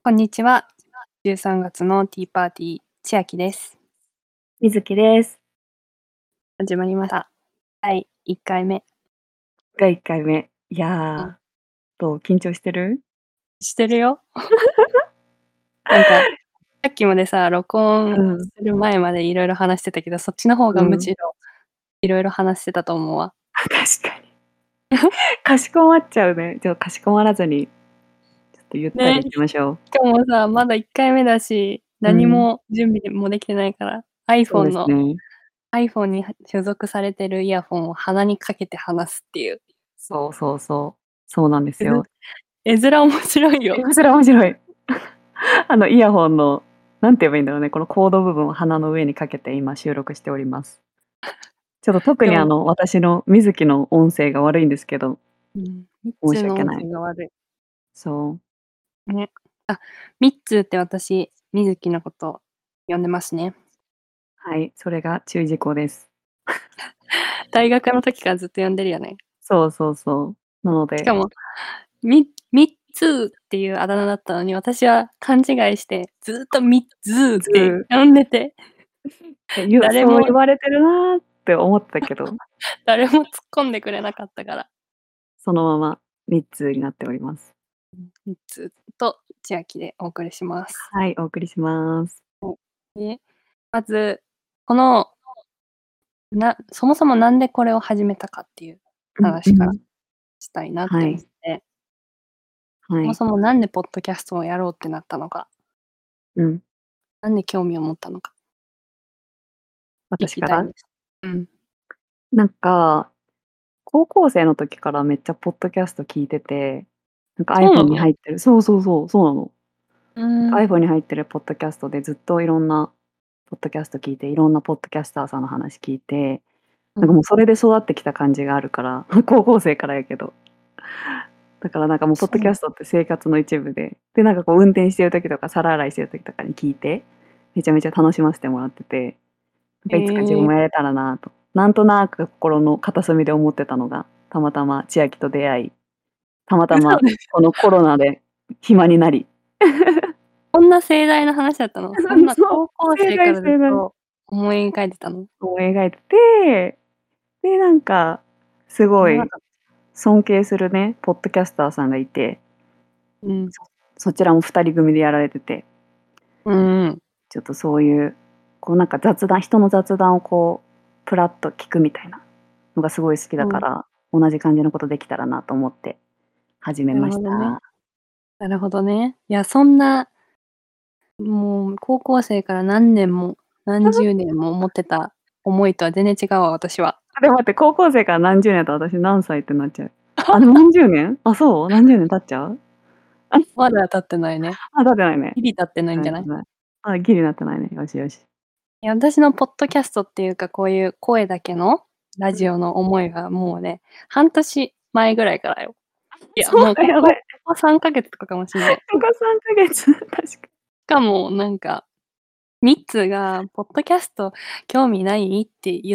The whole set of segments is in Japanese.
こんにちは。13月のティーパーティー、千秋です。 みずきです。 始まりました。第1回目。 第1回目。いうん。 や、どう？緊張してる？ してるよ。なんか、さっきまでさ、録音うん。 する前までいろいろ話してたけど、そっちの方がうん。 むしろいろいろ話してたと思うわ。 確かに。かしこまっちゃうね。じゃあ、かしこまらずに、ちょっとゆったりね、 いきましょう。 しかもさ、まだ1回目だし、何うん。 も準備もできてないから、 そうですね。 iPhone に所属されてるイヤホンを鼻にかけて話すっていう。 そうそうそう。そうなんですよ。 絵面面白いよ。 それ面白い。イヤホンの、なんて言えばいいんだろうね、このコード部分を鼻の上にかけて今収録しております。ちょっと特にでも私のみずきの音声が悪いんですけど、 うん、ミッ申ツーの音し訳ない。 声が悪い。 そう。 ね。あ、ミッツーって私、みずきのこと呼んでますね。 はい、それが注意事項です。 大学の時からずっと呼んでるよね。 そうそうそう。なのでしかも、ミッツーっていうあだ名だったのに、私は勘違いして、ずっとミッズーって呼んでて、誰もそう言われてるなって思ってたけど、 誰も突っ込んでくれなかったから。 そのまま3つになっております。 ミッツーと千秋でお送りします。 はい、お送りします。 で、まず、この、そもそもなんでこれを始めたかっていううんう話からん。 したいなって思っはい、 て。 はい。 そもそもなんでポッドキャストをやろうってなったのか、 うん。 なんで興味を持ったのか、聞私から？ きたいです。うん。 なんか、高校生の時からめっちゃポッドキャスト聞いてて、なんかそうな iPhone にの？ 入ってるそうそうそう、そうなの。 うーん。 iPhone に入ってるポッドキャストでずっといろんなポッドキャスト聞いて、いろんなポッドキャスターさんの話聞いて、 うん。 なんかもうそれで育ってきた感じがあるから、高校生からやけど。だからなんかもうポッそう。 ドキャストって生活の一部で、で、なんかこう運転してる時とか皿洗いしてる時とかに聞いて、めちゃめちゃ楽しませてもらってて、なんへかいつか自分え。 もやれたらなと、なんとなく心の片隅で思ってたのが、たまたま千秋と出会い、たまたま嘘でしょ。 このコロナで暇になり。 こんな盛大な話だったの？そんなそう、 高校盛生からずっ大盛大。 と思い描いてたの？ 思い描いてて、で、なんかすごい知らなかった。 尊敬するね、ポッドキャスターさんがいて、 うん。 そちらも2人組でやられてて、 うんうん。 ちょっとそういう、こうなんか人の雑談をこう、プラッと聞くみたいなのがすごい好きだうん。 から、同じ感じのことできたらなと思って始めなるましほどね。 た。 なるほどね。いや、そんな、もう高校生から何年も何十年も思ってた思いとは全然違うわ、私は。 あ、でも待って、高校生から何十年と私何歳ってなっちゃう。あ、でも何十年？あ、そう？何十年経っちゃう？あ、 まだ経ってないね。 あ、経ってないね。 ギリ経ってないんじゃない？ 経ってない。あ、ギリなってないね。よしよし。 いや、私のポッドキャストっていうか、こういう声だけのラうん。 ジオの思いがもうね、半年前ぐらいからよ。いや、 そうか、 もうここやばい。 ここ3ヶ月とかかもしんない。 ここ3ヶ月、確か。 しかもなんか、ミッツーがポッドキャスト興味ないって言った、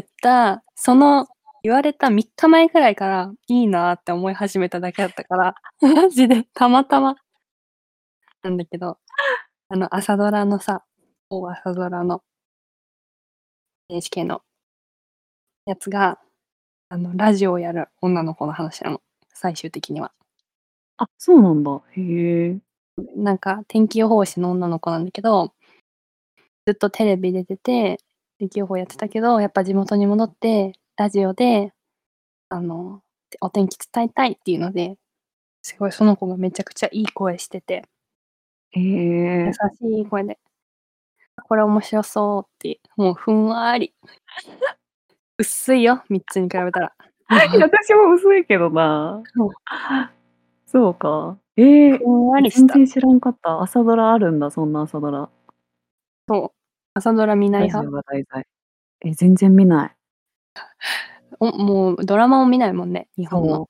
言われた3日前ぐらいから、いいなって思い始めただけだったから、マジでたまたまなんだけど、朝ドラのさ、朝ドラの NHK のやつが、ラジオをやる女の子の話なの、最終的には。 あ、そうなんだ。へえ。 なんか天気予報士の女の子なんだけど、ずっとテレビ出てて、天気予報やってたけど、やっぱ地元に戻って、ラジオで、あの、お天気伝えたいっていうので、すごいその子がめちゃくちゃいい声してて、 へ優え。 しい声で、これ面白そうって、もうふんわり。薄いよ、3つに比べたら。 いや、私も薄いけどな。 そう、 そうか。ええ、 ふんわりした。 全然知らんかった。朝ドラあるんだ、そんな朝ドラ。 そう。朝ドラ見ないラジオ派？ が題材。え、全然見ない。 もうドラマを見ないもんね、日本の。 そう、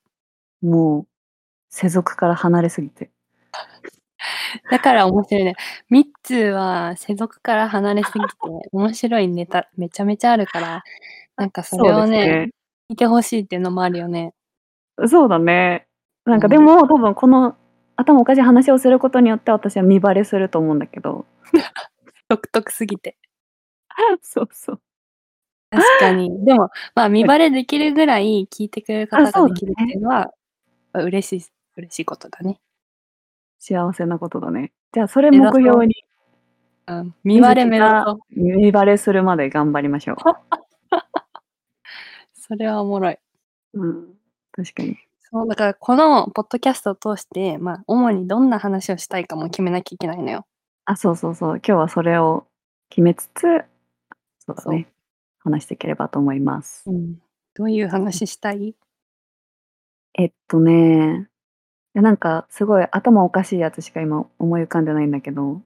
もう世俗から離れすぎて。 だから面白いね。ミッツーは世俗から離れすぎて、面白いネタめちゃめちゃあるから、なんかそそうでれをね、 すね。 見て欲しいっていうのもあるよね。 そうだね。なんかでうん。 も多分この頭おかしい話をすることによって、私は見バレすると思うんだけど。 独特すぎて。 そうそう。 確かに。でも、まあ、見はい。 バレできるぐらい聞いてくれるあ、 方がそうだできるっていね。 うのは、嬉しいことだね。 幸せなことだね。じゃあ、それ目指そう。 目標にうん、見みずバレきが目指そう。 見バレするまで頑張りましょう。 それはおもろい。 うん、確かに。 そう、だからこのポッドキャストを通して、まあ、主にどんな話をしたいかも決めなきゃいけないのよ。 あ、そうそうそう。今日はそれを決めつつ、そうだそね、話していければと思います。 う。うん。どういう話したい？ ね、なんかすごい頭おかしいやつしか今思い浮かんでないんだけど。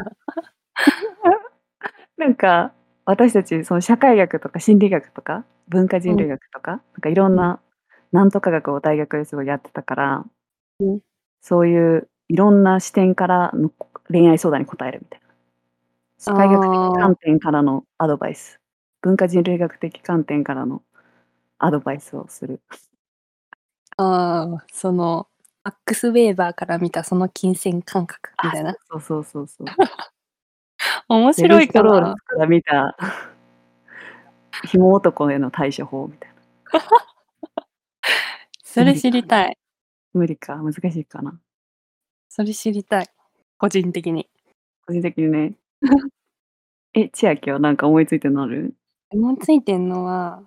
なんか、私たちその社会学とか心理学とか、文化人うん。 類学とか、なんかいろんうん。 な、なんとか学を大学ですごいやってたから、 うん。 そういういろんな視点からの恋愛相談に答えるみたいな。社あ会学的観あ。 点からのアドバイス、文化人類学的観点からのアドバイスをする。 ああ、その、マックス・ウェーバーから見たその金銭感覚あ、 みたいな。 そうそうそうそうそう。 面レヴィスト白いかな？ ロールズから見たヒモ男への対処法みたいな。 それ無理か。 知りたい。 無理か、難しいかな。 それ知りたい。個人的に。 個人的にね。千秋はなんか思いついてるのある？ 思いついてんのは、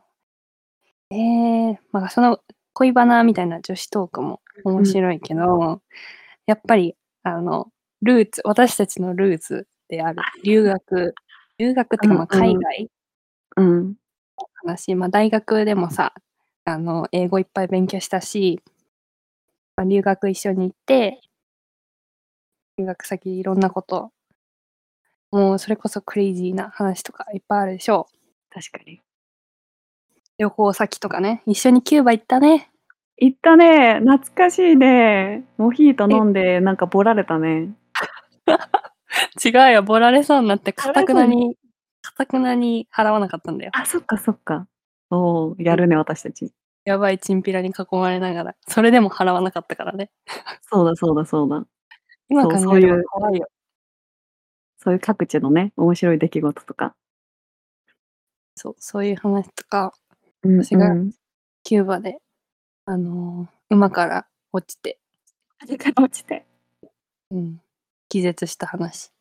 まあ、その恋バナみたいな女子トークも面うん。 白いけど、やっぱり私たちのルーツである留学っていうか、ま、 うんうん。 海外うん。 の話、ま、大学でもさ、英語いっぱい勉強したし、ま、留学一緒に行って留学先いろんなこと、もうそれこそクレイジーな話とかいっぱいあるでしょう。 確かに。 旅行先とかね、一緒にキューバ行ったね。 行ったね、懐かしいね。モヒートえ、 飲んでなんかボラれたね。 違うよ、ボラれそうになってあれ、そうに頑なに払わなかったんだよ。 あ、そっかそっか。おお、 うん。 やるね、私たち。 やばいチンピラに囲まれながら、それでも払わなかったからね。 そうだそうだそうだ。そう、 今考えればそういう怖いよ。 そういう各地のね、面白い出来事とか。 そう、そういう話とか、 うんう私がん。 キューバで、馬から落ちて、 風から落ちて。 うん、気絶した話。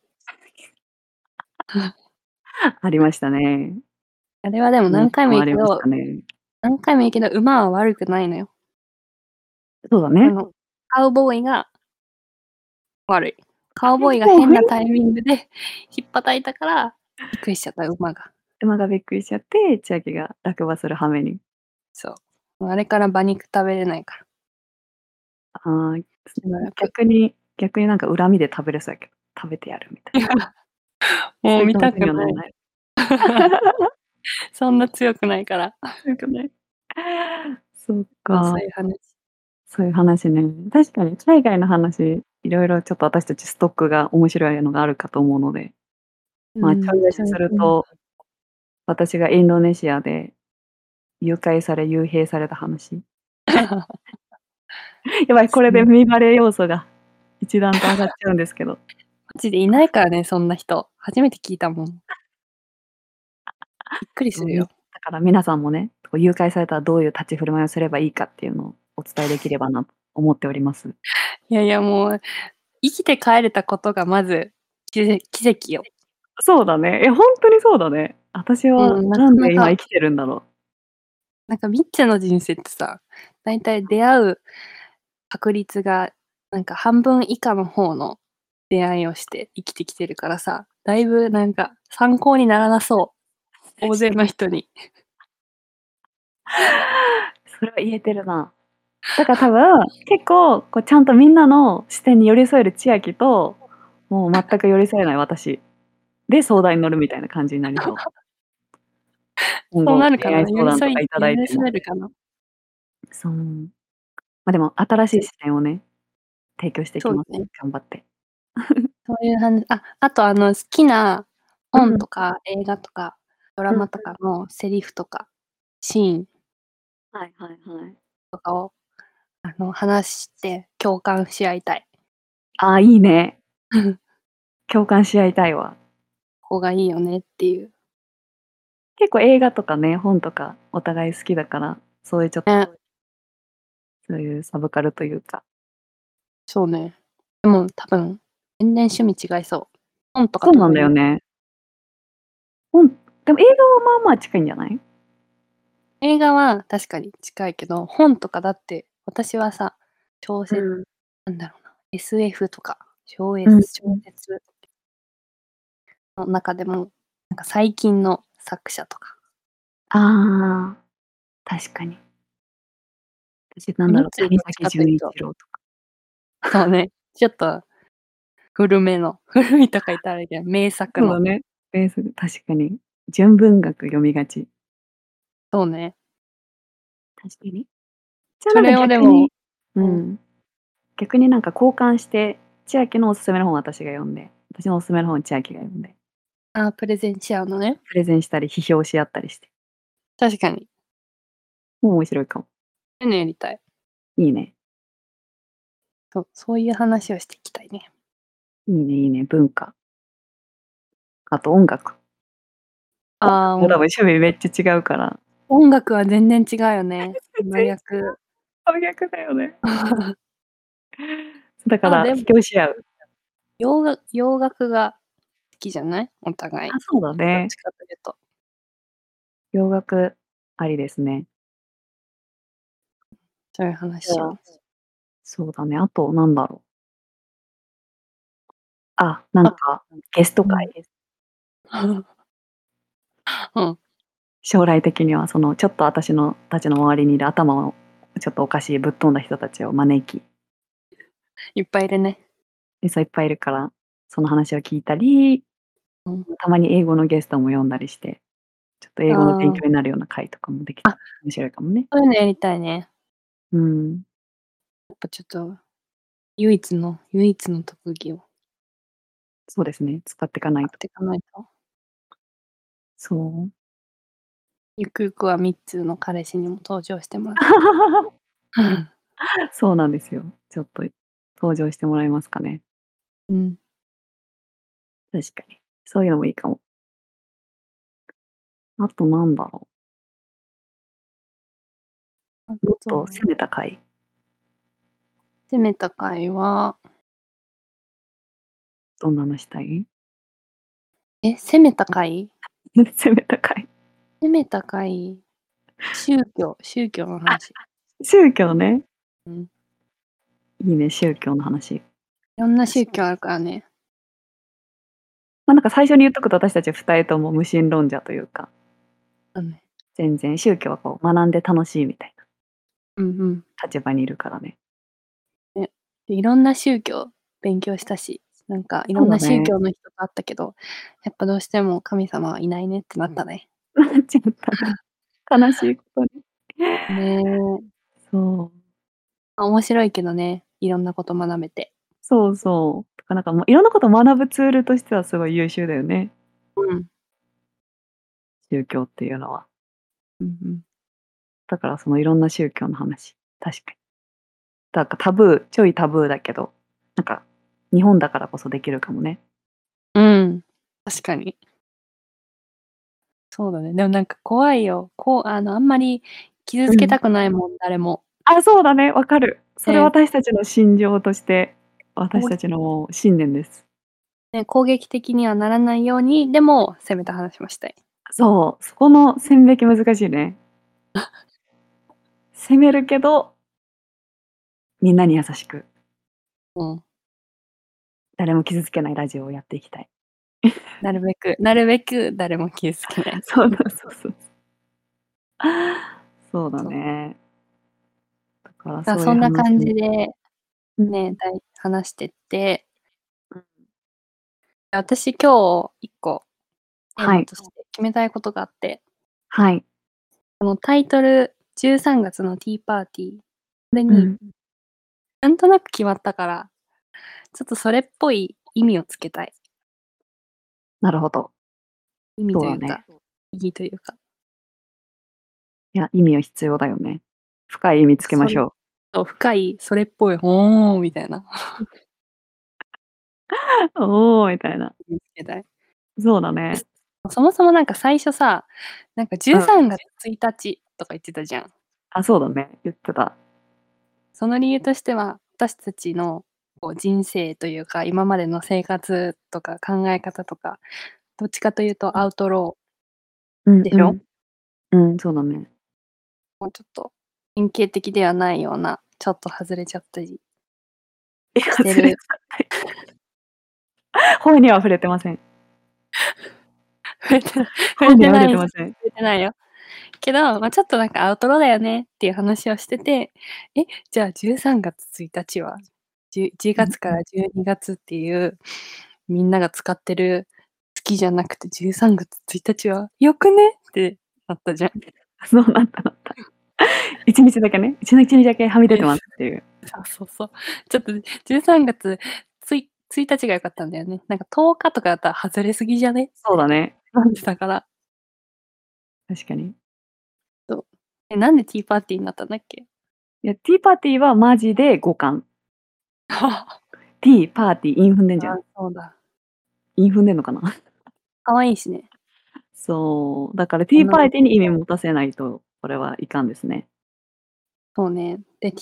ありましたね。 あれはでも話何回ももありまし言うけどたね。 馬は悪くないのよ。 そうだね。 あの、カウボーイが悪い。カウボーイがもう、 変なタイミングでひっぱたいたから、びっくりしちゃった、馬が。 馬がびっくりしちゃって、千秋が落馬する羽目に。 そう。もうあれから馬肉食べれないから、 ああ、 しばらく。 逆になんか恨みで食べれそうやけど、食べてやるみたいな。 もう見そういう気持ちたくない。 にはなれない。 そんな強くないから。 強くない。そっそう、そか、 ういう話。 そういう話ね。確かに海外の話、いろいろちょっと私たちストックが面白いのがあるかと思うので、まあ、ちょうん、 い出しすそういう話。 ると、私がインドネシアで誘拐され、幽閉された話。やばい、これでミバレ要素が一段と上がっちゃうんですけど。 マジでいないからね、そんな人。初めて聞いたもん。びっくりすそう、 るよ。 だから皆さんもね、こう誘拐されたらどういう立ち振る舞いをすればいいかっていうのをお伝えできればなと思っております。 いやいや、もう、生きて帰れたことがまず、奇跡よ。 そうだね。ほんとにそうだね。私はうん、ななんかなか、 で今生きてるんだろう。 なんかミッチェの人生ってさ、だいたい出会う確率が、なんか半分以下の方の出会いをして生きてきてるからさ、だいぶなんか参考にならなそう、大勢の人に。 それは言えてるな。だから多分、結構こうちゃんとみんなの視点に寄り添える千秋と、もう全く寄り添えない私で相談に乗るみたいな感じになりそう。今そう後恋愛なるかな、 相談とかいただい寄りても。 添えるかな。 そう。でも新しいそう、 視点をね、提供していきます。 そうね。 頑張って。 そういうあと好きなうん。 本とか映画とかドラうんうん。 マとかのセリフとかシーンはいはいはい。 とかを話して共感し合いたい。 ああ、いいね。共感し合いたいわ。 ここがいいよねっていう。 結構映画とかね、本とかお互い好きだから、そういうちょっとね。 そういうサブカルというか。 そうね。でも多分、全然趣味違いそう。本とかそうなんだよ得意。 ね。でも映画はまあまあ近いんじゃない？ 映画は確かに近いけど、本とかだって、私はさ、小説うん。 なんだろうな、SF とか、 うん、 小うん。 説の中でも、なんか最近の作者とか。 ああ、確かに。私なんだろう、 みっつーどっち谷崎潤一かというと郎とか。 そうね、ちょっと古めの、古いとか言ったらあれだけど、名作の。 そうだね。確かに。純文学読みがち。 そうね。 確かに。じゃあなんかそれをでも、 逆にううん。 ん。逆になんか交換して、千秋のおすすめの本私が読んで、私のおすすめの本千秋が読んで、 ああ、プレゼンし合うのね。 プレゼンしたり批評し合ったりして。 確かに。 もう面白いかも。 そういうのやりたい。 いいね。 そう、そういう話をしていきたいね。 いいねいいね、文化。あと音楽。音ああ、 楽も多分趣味めっちゃ違うから。 音楽は全然違うよね。真全然違う。 逆。 真逆だよね。だかあ、 らでも、 比較し合う。 洋楽が好きじゃない？お互い。 あ、そうだね。 どっちかというと。 洋楽ありですね。 そういう話じゃあ、 しよう。 そうだね、あとなんだろう。あ、なんあ、 かゲスト会。 うん。うん。 将来的にはそのちょっと私のたちの周りにいる頭をちょっとおかしいぶっ飛んだ人たちを招き、 いっぱいいるね。 で、そういっぱいいるから、その話を聞いたり、 うん。 たまに英語のゲストも呼んだりして、ちょっと英あ語の勉あ。 強になるような会とかもできたあ、 ら面白いかもね。 そういうのやりたいね。 うん。 やっぱちょっと、唯一の特技をそうですね、使ってかないと。 使ってかないと。 そう。 ゆくゆくはミッツーの彼氏にも登場してもらって。 そうなんですよ。ちょっと登場してもらえますかね。 うん。 確かに。そういうのもいいかも。あとなんだろあう、もっとと、 攻めた回。 攻めた回はどんなのしたい？ 攻めた回？ 攻めた回。 攻めた回、宗教のあ、 話。 宗教ね。 うん。 いいね、宗教の話。 いろんな宗教あるからね。 ま、なんか最初に言っとくと私たち2人とも無神論者というか、 あのね。 全然宗教はこう学んで楽しいみたいなうんうん。 立場にいるからね。 ね。で、いろんな宗教勉強したし、なんかいろんな宗そうだね。 教の人と会ったけど、やっぱどうしても神様はいないねってなったね。 なっちゃったね。悲しいことに。 ねえ。 そう。 面白いけどね、いろんなこと学べて。 そうそう。だからなんかもういろんなこと学ぶツールとしてはすごい優秀だよね、 うん。 宗教っていうのは。 うんうん。 だからそのいろんな宗教の話、確かに。なんかタブーちょいタブーだけど、なんか日本だからこそできるかもね。 うん、確かに。そうだね。でもなんか怖いよ。あんまり傷つけうん。 たくないもん、誰も。 あ、そうだね、わかる。それね、 私たちの信条として、私たこうちの信念です。 ね、攻撃的にはならないように、でも攻めた話もしたい。 そう、そこの線引き難しいね。責めるけど、みんなに優しく、 うん。 誰も傷つけないラジオをやっていきたい。 なるべく誰も傷つけない。 そうだ、そうそう。そうだそう。 ね。だからだ、 そういうそんな感じ話で、 うん。 ね、話してって、 うん。 私今日1個テーはい。 マとして決めたいことがあって、 はい。 このタイトル、13月のティーパーティー、これにうん。 なんとなく決まったから、ちょっとそれっぽい意味をつけたい。 なるほど。 意味というか、 そうだね。 意義というか。 いや、意味は必要だよね。深い意味つけまそれしょう。 そう、深い、それっぽい、ほーみたいな。 おお、みたいな。 見つけたい。 そうだね。 そもそもなんか最初さ、なんかうん。 13月1日とか言ってたじゃん。 あ、そうだね、言ってた。 その理由としては、私たちのこう人生というか、今までの生活とか考え方とか、どっちかというとアウトローでしょ？ うんうん。うん、そうだね。 もうちょっと典型的ではないような、ちょっと外れちゃったりえ、 してる。 外れちゃった方には触れてません。 触れてない触方には触れてない触れてません。 れてないよ。けど、ま、ちょっとなんかアウトローだよねっていう話をしてて、え、じゃあ13月1日は、1月から12月っていう、みんなが使ってる月じゃなくて13月1日は良くねってなったじゃん。 そうなったなった。1日だけね、1日だけはみ出てますっていう。 そうそうそう。ちょっと13月1日が良かったんだよね。なんか10日とかだったら外れすぎじゃねってそうだね。 感じたから。 確かに。 そう。なんでティーパーティーになったんだっけ？ いや、ティーパーティーはマジで5巻。ティー、パーティー、韻踏んでんじゃあ、 ん。 そうだ。 韻踏んでんのかな？ 可愛いしね。 そう、だからティー女の子パーティーに意味持たせないと、これはいかんですね。 そうね。で、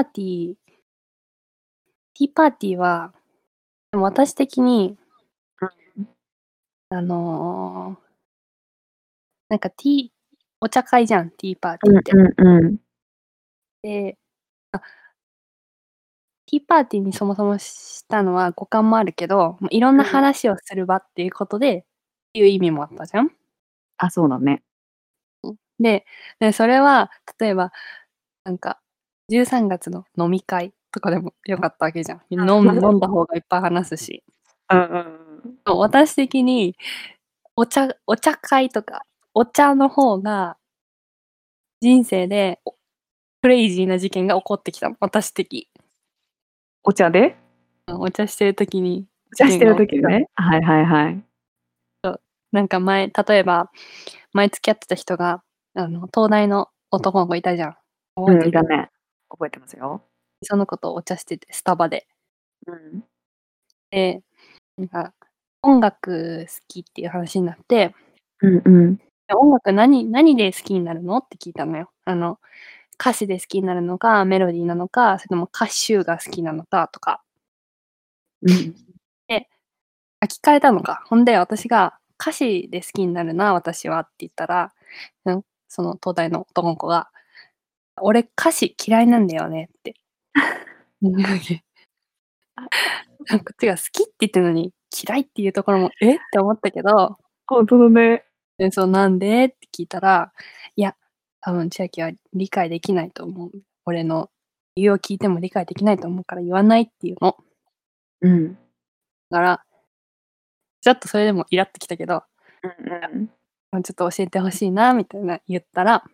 ティーパーティーは、でも私的にうん。 あのなんかお茶会じゃん、ティーパーうんティーって。 うんうん。 で、あ、ティーパーティーにそもそもしたのは五感もあるけど、いろんなうん。 話をする場っていうことでっていう意味もあったじゃん。 あ、そうだね。 で、それは例えば、なんか13月の飲み会とかでも良かったわけじゃん。飲んだ方がいっぱい話すし。 うんうんうん。 そう、私的にお茶会とか、お茶の方が人生でクレイジーな事件が起こってきたの、私的。 お茶で？ お茶してる時に事お茶してる件が起きた。 時にね。はいはいはい。 なんか例えば、前付き合ってた人が、東大の男の子いたじゃん。覚えうん、 てる？ いたね。覚えてますよ。 その子とお茶してて、スタバで。 うん。 で、なんか、音楽好きっていう話になって、 うんうん。 音楽何で好きになるのって聞いたのよ。歌詞で好きになるのか、メロディーなのか、それとも歌手が好きなのかとか。 うん。 で、聞かれたのか。ほんで私が「歌詞で好きになるな、私は」って言ったら、その東大の男の子が「俺歌詞嫌いなんだよね」って言うわけ。こっちが好きって言ってるのに、嫌いっていうところも、えって思ったけど、 ほんとだね。 そう「なんで？」って聞いたら、いや、多分千秋は理解できないと思う。俺の理由を聞いても理解できないと思うから言わないっていうの。 うん。 だから、ちょっとそれでもイラってきたけど、 うんうん。 ちょっと教えて欲しいなみたいな言ったら、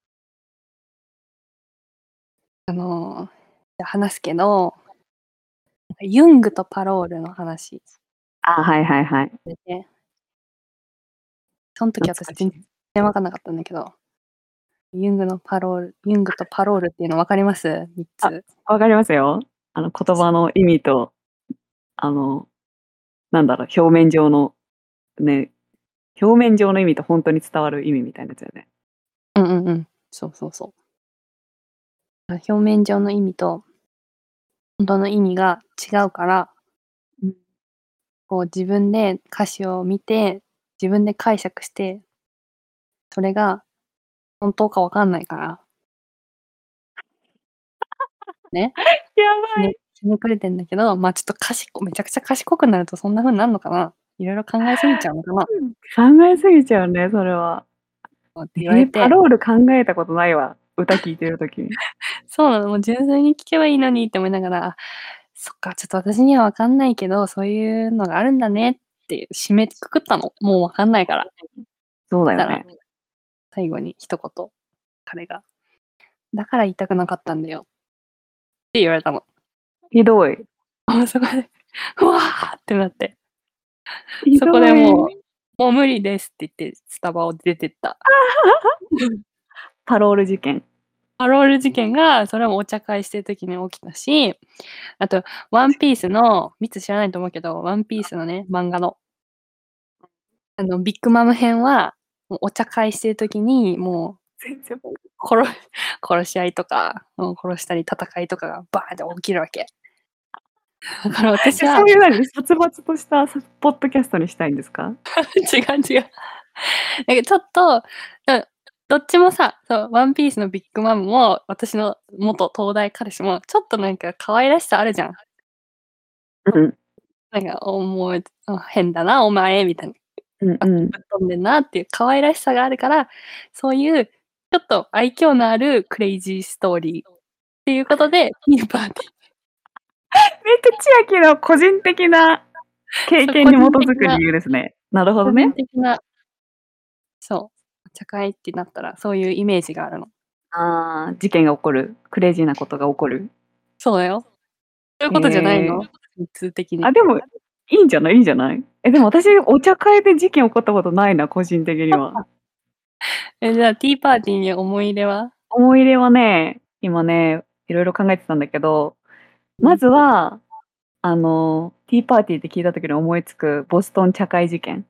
あの、じゃ話すけど、ユングとパロールの話あ、はいはいはい。 でね、そん時懐私全かしい。 然分かんなかったんだけど、ユングとパロールっていうの分かります？3 あ、 つ。 分かりますよ。言葉の意味と、あの、なんだろう、表面上のね、表面上の意味とほんとに伝わる意味みたいなやつよね。 うんうんうん。そうそうそう。表面上の意味と、ほんとの意味が違うから、 うん。 こう自分で歌詞を見て、自分で解釈して、それが本当か分かんないからね。 やばい。 ひねくれてんだけど、ちょっとめちゃくちゃ賢くなるとそんな風になんのかな。いろいろ考えすぎちゃうのかな。 考えすぎちゃうね、それは。 って言われパて、 ロール考えたことないわ、歌聴いてる時に。 そうなの、もう純粋に聞けばいいのにって思いながら、そっか、ちょっと私には分かんないけど、そういうのがあるんだねって締めくくったの。もう分かんないから。そしたら、 そうだよね。 最後に一言、彼が、だから言いたくなかったんだよって言われたの。 ひどい。 もうそこで、うわってなって、 ひどそこでもい。 もう無理ですって言ってスタバを出てった。 パロール事件。 パロール事件が、それもお茶会してる時に起きたし、あとワンピースのミツ知らないと思うけど、ワンピースのね、漫画のビッグマム編は、もうお茶会してる時に、も全然う、殺し合いとか、殺したり戦いとかがバーンって起きるわけ。だから私はそういう何、殺伐としたポッドキャストにしたいんですか？ 違う違う。なんかちょっと、どっちもさ、そう、ワンピースのビッグマムも、私の元東大彼氏も、ちょっとなんか可愛らしさあるじゃん。 うん。 なんか、もう、変だなお前みたいな。 うんうん。 ぶっ飛んでんなっていう可愛らしさがあるから、そういうちょっと愛嬌のあるクレイジーストーリーっていうことで、ティーパーティー。 めっちゃ千秋の個人的な経そう、 験に基づく理由ですね。なるほ個人どね。 的なそう、茶会ってなったら、そういうイメージがあるの。 ああ、事件が起こる、クレイジーなことが起こる。 そうだよ。そういうへことじゃないの？ え。 普通的に。 あ、でも、いいんじゃないいいんじゃない？でも私、お茶会で事件起こったことないな、個人的には。 じゃあ、ティーパーティーに思い入れは？ 思い入れはね、今ね、いろいろ考えてたんだけど、まうん。 ずは、ティーパーティーって聞いた時に思いつくボストン茶会事件。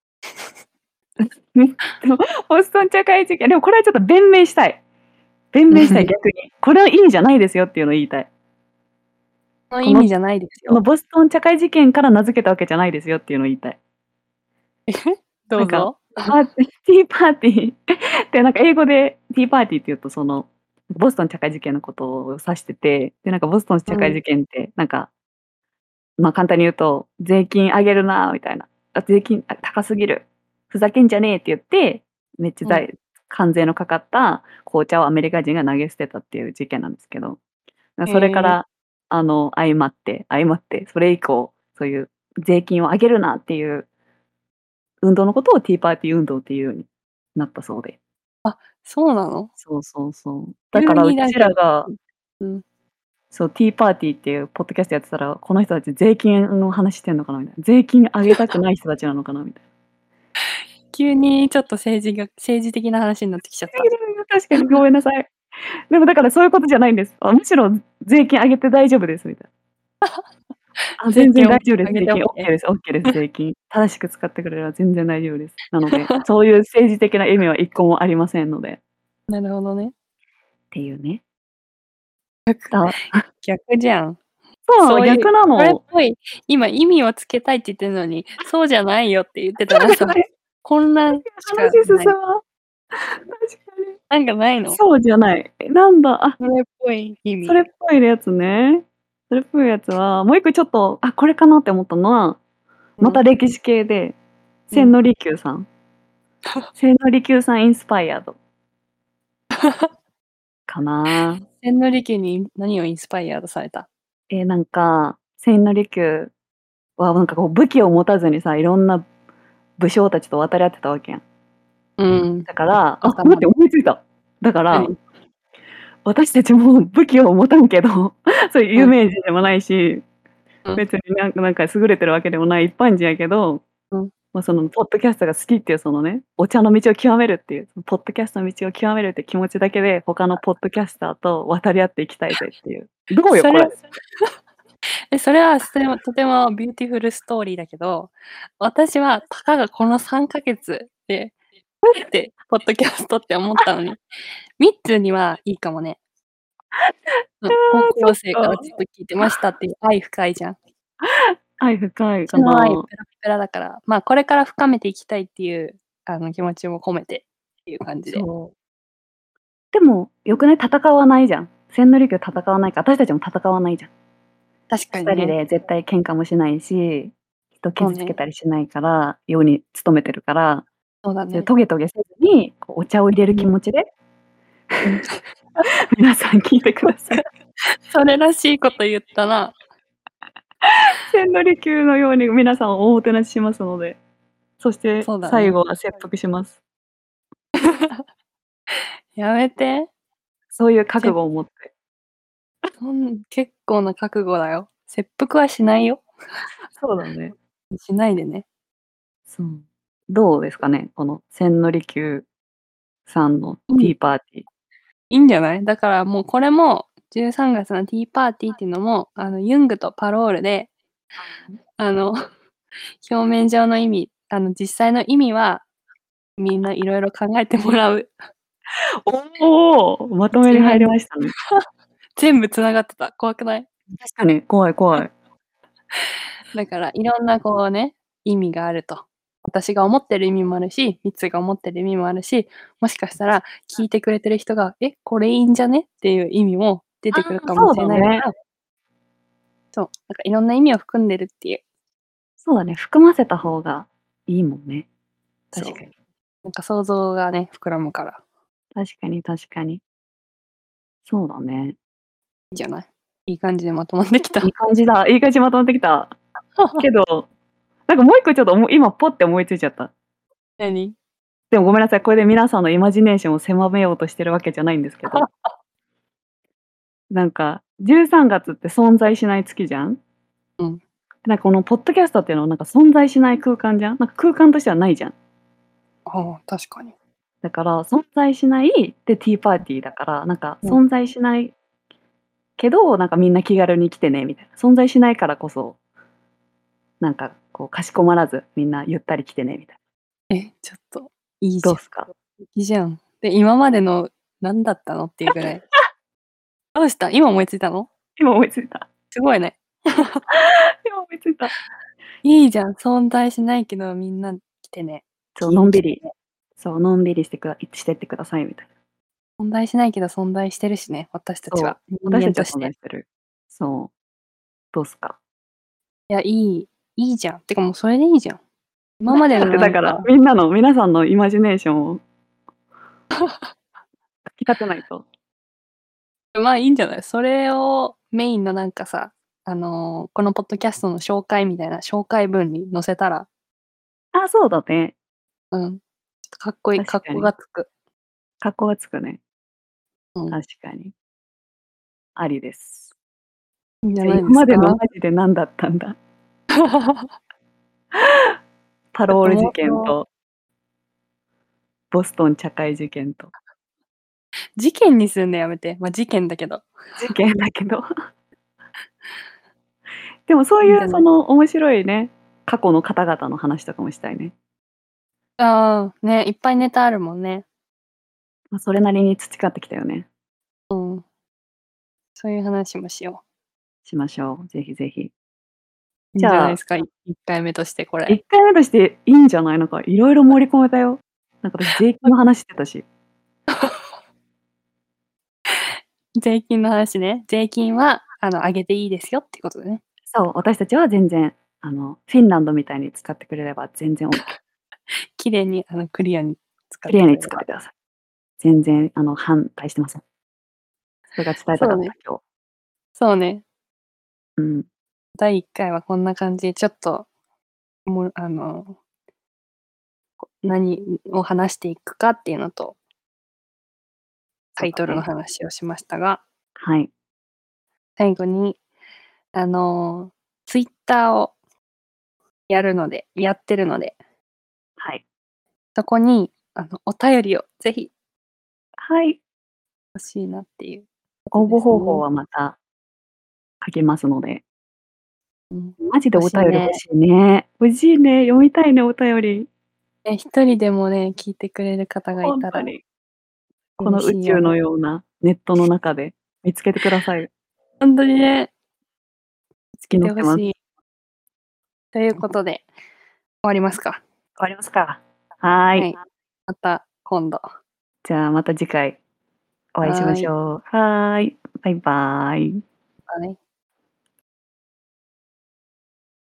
ボストン茶会事件、でもこれはちょっと弁明したい。弁明したい、逆に。これは意味じゃないですよっていうのを言いたい。 そのこの意味じゃないですよ。 ボストン茶会事件から名付けたわけじゃないですよっていうのを言いたい。なんか、 どうぞ。 ティーパーティーってなんか英語でティーパーティーって言うとその、ボストン茶会事件のことを指してて、で、なんかボストン茶会うん。 事件って、なんか、ま、簡単に言うと、税金上げるなみたいな、税金、高すぎる、ふざけんじゃねえって言って、めっちゃうん。 関税のかかった紅茶をアメリカ人が投げ捨てたっていう事件なんですけど、 へえ。 それから、相まって、それ以降、そういう税金を上げるなっていう運動のことをティーパーティー運動っていうようになったそうで。 あ、そうなの？ そうそうそう。だか急らうちになんか、 らが、 うん。 そう、ティーパーティーっていうポッドキャストやってたら、この人たち税金の話してんのかなみたいな。税金上げたくない人たちなのかなみたいな。 急にちょっと政治的な話になってきちゃった。 確かにごめんなさい。でもだからそういうことじゃないんです。むしろ税金上げて大丈夫ですみたいな。全然税金を大丈夫です、 上げてオッ税金オッケーケー。 ですオッケーです、税金。正しく使ってくれれば全然大丈夫です。なので、そういう政治的な意味は一個もありませんので。っなるほどね。 ていうね。 逆だ逆じゃん。 そうなの、 そういう、 逆なそれっの。 ぽい、今意味をつけたいって言ってるのに、そうじゃないよって言ってたらさ、 そうじゃない。 混乱しか話進ない。 まん。確かに。 なんかないの？ そうじゃない。なんだ、 それっぽい意味。 それっぽいやつね。それっぽいやつは、もう一個ちょっと、これかなって思ったのは、 うん。 また歴史系で、 うん。 千利休さん。千利休さんインスパイアドかな。 千利休に何をインスパイアードされた？ なんか、千利休はなんかこう武器を持たずにさ、いろんな武将たちと渡り合ってたわけやん。 うん。 だから、待って、 頭で。 思いついた。だから、 何？ 私たちも武器を持たんけど、そういううん、 有名人でもないし、 うん、 別になんか優れてるわけでもない一般人やけど、 うん。 そのポッドキャストが好きっていうそのね、お茶の道を極めるっていう、ポッドキャストの道を極めるって気持ちだけで、他のポッドキャスターと渡り合っていきたいぜっていう。どうよ、 それこれ。 それはとてもビューティフルストーリーだけど、私はたかがこの3ヶ月で、ふってポッドキャストって思ったのに、ミッツーにはいいかもね。うん、高そっ校生からずっか。 と聞いてましたっていう愛深いじゃん。 愛深いか私の愛な。 ペラペラだから、まあ、これから深めていきたいっていう、気持ちも込めてっていう感じで。 そう。でも、よくない？戦わないじゃん。千利休戦わないから、私たちも戦わないじゃん。2人確かにね。 で絶対喧嘩もしないし、人傷つけそうね。 たりしないから、ように努めてるから、 そうだね。 トゲトゲせずに、こうお茶を入れるうん。 気持ちで、 うん。 皆さん聞いてください。 それらしいこと言ったな。 千利休のように皆さんをおもてなししますので、そしてそうだね。 最後は切腹します。 やめて。 そういう覚せ悟を持って。 結構な覚悟だよ。切腹はしないよ。 そうだね。 しないでね。 そう。どうですかね、この千利休さんのティいいーパーティー。 いいんじゃない？だからもうこれも13月のティーパーティーっていうのも、ユングとパロールで表面上の意味、実際の意味は、みんないろいろ考えてもらう。 おお、まとめに入りましたね。 全部繋がってた。怖くない？ 確かに、怖い怖い。 だからいろんなこうね、意味があると。私が思ってる意味もあるし、ミツが思ってる意味もあるし、もしかしたら聞いてくれてる人が、「え、これいいんじゃね？」っていう意味も出ああ、 てくるかもそうしれだね。 ないからそう、なんかいろんな意味を含んでるっていう。 そうだね、含ませた方がいいもんね。確そう。 かに。 なんか想像がね、膨らむから。 確かに確かに。そうだね。 いいじゃない？いい感じでまとまってきいいた。 感じだ。いい感じまとまってきた。けど、なんかもう一個ちょっと今ポッて思いついちゃった。 何？ でもごめんなさい、これで皆さんのイマジネーションを狭めようとしてるわけじゃないんですけど。なんか、13月って存在しない月じゃん？ うん。 なんかこのポッドキャストっていうのはなんか存在しない空間じゃん？なんか空間としてはないじゃん。 ああ、確かに。 だから存在しない、で、ティーパーティーだから、なんかうん。 存在しないけど、なんかみんな気軽に来てねみたいな。存在しないからこそ、なんかこうかしこまらず、みんなゆったり来てねみたいな。 え、ちょっと、いいじゃん。 どうすか？ いいじゃん。で、今までの何だったのっていうぐらい。どうした？今思いついたの？ 今思いついた。 すごいね。 今思いついた。 いいじゃん、存在しないけどみんな来てね。 そう、 聞きにのんびり、 来てね。 そう、のんびりしてってくださいみたいな。 存在しないけど存在してるしね、私たちは。 そう、 人私たちは間として。 存在してる。そう、どうすか？ いや、いいじゃん。てかもうそれでいいじゃん。今までだっのてだから、 なんか皆さんのイマジネーションをかき立てないと。 まあ、いいんじゃない？それをメインのなんかさ、このポッドキャストの紹介みたいな紹介文に載せたらあ、そうだね。 うん、かっこいい、格好確かに。 がつく。 格好がつくね。 うん。 確かに。ありです。じゃ、 いいんじゃないで今までのマすか？ ジで何だったんだ？パちょっとロール事妄想件とボストン茶会事件と。 事件にするのやめて。ま、事件だけど。 事件だけど。でもそういういいんじゃない？ その面白いね、過去の方々の話とかもしたいね。 ああ、ね、いっぱいネタあるもんね。 ま、それなりに培ってきたよね。 うん。そういう話もしよう。 しましょう。ぜひぜひ。 いいんじゃあじゃないですか、1回目としてこれ。 1回目としていいんじゃない？なんか色々盛り込めたよ。なんか私税金の話してたし。 税金の話ね。税金は、上げていいですよっていうことでね。 そう、私たちは全然、フィンランドみたいに使ってくれれば全然オッケー。 綺麗に、クリアに使っクリアにてくれれば。 使ってください。全然反対してません。それが伝えたかった、 そうね。 今日。 そうね。 うん。 第1回はこんな感じでちょっと、何を話していくかっていうのとタイトルのそうだね。 話をしましたがはい。 最後に、Twitter をやってるのではい。 そこに、お便りをぜひはい。 欲しいなっていうこ応とですね。 募方法はまた書きますので。 うん、 マジでお欲しいね。 便り欲しいね。欲しいね、読みたいね、お便り。 え、1人でもね、聞いてくれる方がいたらほんとに。この嬉しいよね。 宇宙のようなネットの中で見つけてください。 ほんとにね。見つけ祈ってます。 て欲しい。ということで、終わりますか。 終わりますか。はい。 はい。また今度。 じゃあまた次回お会いしまはい。 しょう。はい、バイバイ。 またね。